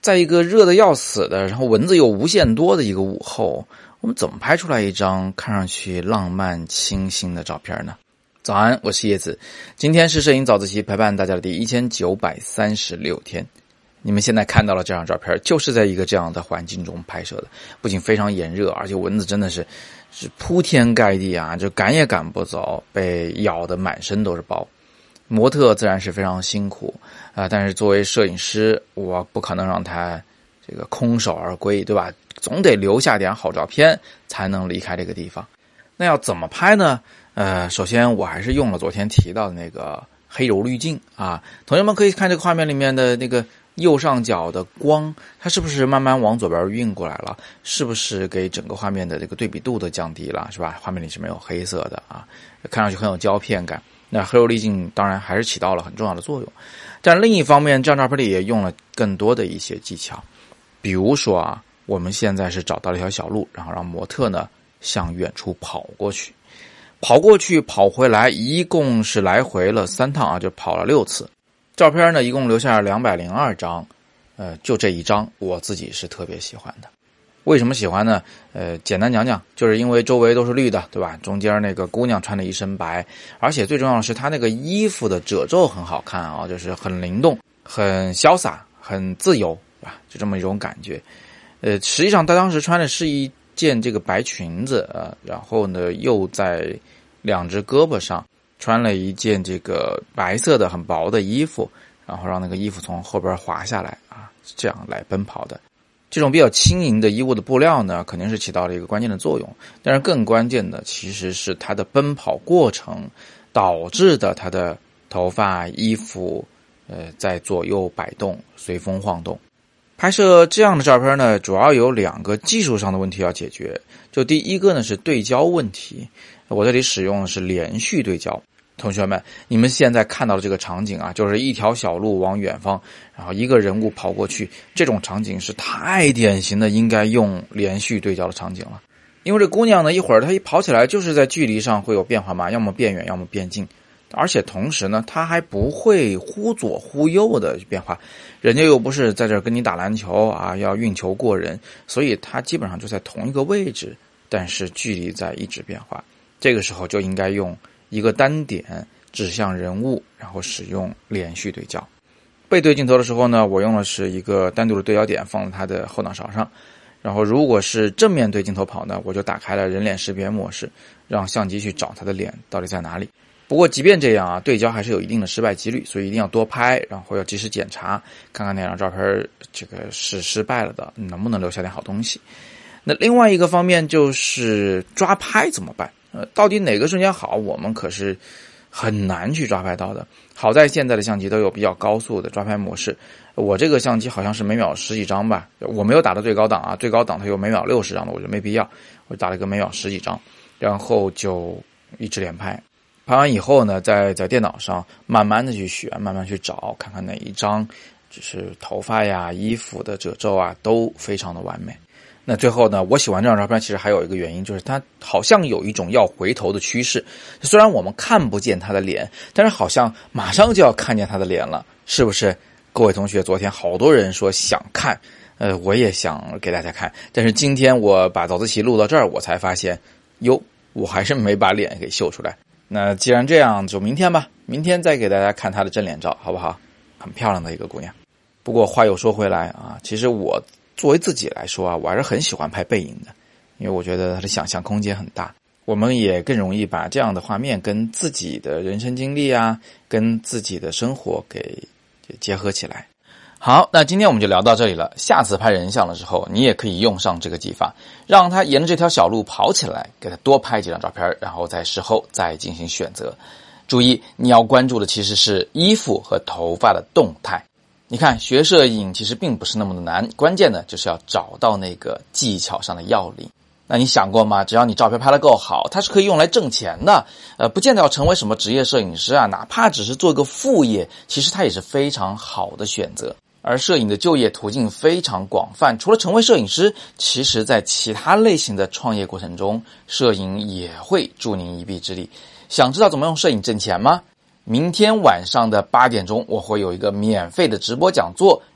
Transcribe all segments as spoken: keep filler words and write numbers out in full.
在一个热得要死的，然后蚊子又无限多的一个午后，我们怎么拍出来一张看上去浪漫清新的照片呢？早安，我是叶子，今天是摄影早自习陪伴大家的第一千九百三十六天。你们现在看到了这张照片，就是在一个这样的环境中拍摄的，不仅非常炎热，而且蚊子真的是是铺天盖地啊，就赶也赶不走，被咬得满身都是包。模特自然是非常辛苦啊、呃，但是作为摄影师，我不可能让他这个空手而归，对吧？总得留下点好照片才能离开这个地方。那要怎么拍呢？呃，首先我还是用了昨天提到的那个黑柔滤镜啊，同学们可以看这个画面里面的那个右上角的光，它是不是慢慢往左边运过来了？是不是给整个画面的这个对比度都降低了，是吧？画面里是没有黑色的啊，看上去很有胶片感。那黑柔滤镜当然还是起到了很重要的作用，但另一方面，这张照片里也用了更多的一些技巧，比如说啊，我们现在是找到了一条小路，然后让模特呢向远处跑过去，跑过去跑回来，一共是来回了三趟啊，就跑了六次。照片呢一共留下了两百零二张，呃，就这一张我自己是特别喜欢的。为什么喜欢呢？呃，简单讲讲，就是因为周围都是绿的，对吧？中间那个姑娘穿的一身白，而且最重要的是她那个衣服的褶皱很好看啊，就是很灵动、很潇洒、很自由，对吧？就这么一种感觉。呃，实际上她当时穿的是一件这个白裙子，呃，然后呢又在两只胳膊上穿了一件这个白色的很薄的衣服，然后让那个衣服从后边滑下来啊，这样来奔跑的。这种比较轻盈的衣物的布料呢，肯定是起到了一个关键的作用，但是更关键的其实是它的奔跑过程导致的它的头发、衣服呃在左右摆动，随风晃动。拍摄这样的照片呢，主要有两个技术上的问题要解决。就第一个呢是对焦问题，我这里使用的是连续对焦。同学们，你们现在看到的这个场景啊，就是一条小路往远方，然后一个人物跑过去，这种场景是太典型的应该用连续对焦的场景了。因为这姑娘呢，一会儿她一跑起来就是在距离上会有变化嘛，要么变远，要么变近，而且同时呢，她还不会忽左忽右的变化，人家又不是在这跟你打篮球啊，要运球过人，所以她基本上就在同一个位置，但是距离在一直变化。这个时候就应该用一个单点指向人物，然后使用连续对焦。背对镜头的时候呢，我用的是一个单独的对焦点放在它的后脑勺上，然后如果是正面对镜头跑呢，我就打开了人脸识别模式，让相机去找它的脸到底在哪里。不过即便这样啊，对焦还是有一定的失败几率，所以一定要多拍，然后要及时检查，看看那张照片这个是失败了的，能不能留下点好东西。那另外一个方面就是抓拍怎么办？呃，到底哪个瞬间好，我们可是很难去抓拍到的。好在现在的相机都有比较高速的抓拍模式，我这个相机好像是每秒十几张吧，我没有打到最高档啊，最高档它有每秒六十张的，我觉得没必要，我打了一个每秒十几张，然后就一直连拍。拍完以后呢，再在电脑上慢慢的去选，慢慢去找，看看哪一张就是头发呀、衣服的褶皱啊都非常的完美。那最后呢，我喜欢这张照片其实还有一个原因，就是它好像有一种要回头的趋势。虽然我们看不见他的脸，但是好像马上就要看见他的脸了，是不是？各位同学，昨天好多人说想看，呃，我也想给大家看，但是今天我把早自习录到这儿，我才发现，哟，我还是没把脸给秀出来。那既然这样，就明天吧，明天再给大家看她的正脸照，好不好？很漂亮的一个姑娘。不过话又说回来啊，其实我作为自己来说啊，我还是很喜欢拍背影的，因为我觉得它的想象空间很大，我们也更容易把这样的画面跟自己的人生经历啊，跟自己的生活给结合起来。好，那今天我们就聊到这里了。下次拍人像的时候，你也可以用上这个技法，让他沿着这条小路跑起来，给他多拍几张照片，然后在事后再进行选择。注意，你要关注的其实是衣服和头发的动态。你看，学摄影其实并不是那么的难，关键呢就是要找到那个技巧上的要领。那你想过吗？只要你照片拍得够好，它是可以用来挣钱的。呃，不见得要成为什么职业摄影师啊，哪怕只是做个副业，其实它也是非常好的选择。而摄影的就业途径非常广泛，除了成为摄影师，其实在其他类型的创业过程中，摄影也会助您一臂之力。想知道怎么用摄影挣钱吗？明天晚上的八点钟，我会有一个免费的直播讲座，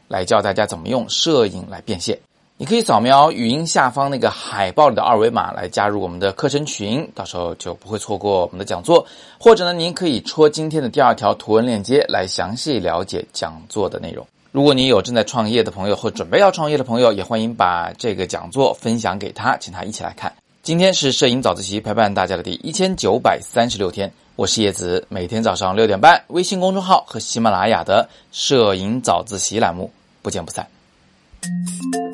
来教大家怎么用摄影来变现。你可以扫描语音下方那个海报里的二维码来加入我们的课程群，到时候就不会错过我们的讲座。或者呢，您可以戳今天的第二条图文链接来详细了解讲座的内容。如果你有正在创业的朋友或准备要创业的朋友，也欢迎把这个讲座分享给他，请他一起来看。今天是摄影早自习陪伴大家的第一千九百三十六天，我是叶子，每天早上六点半，微信公众号和喜马拉雅的摄影早自习栏目不见不散。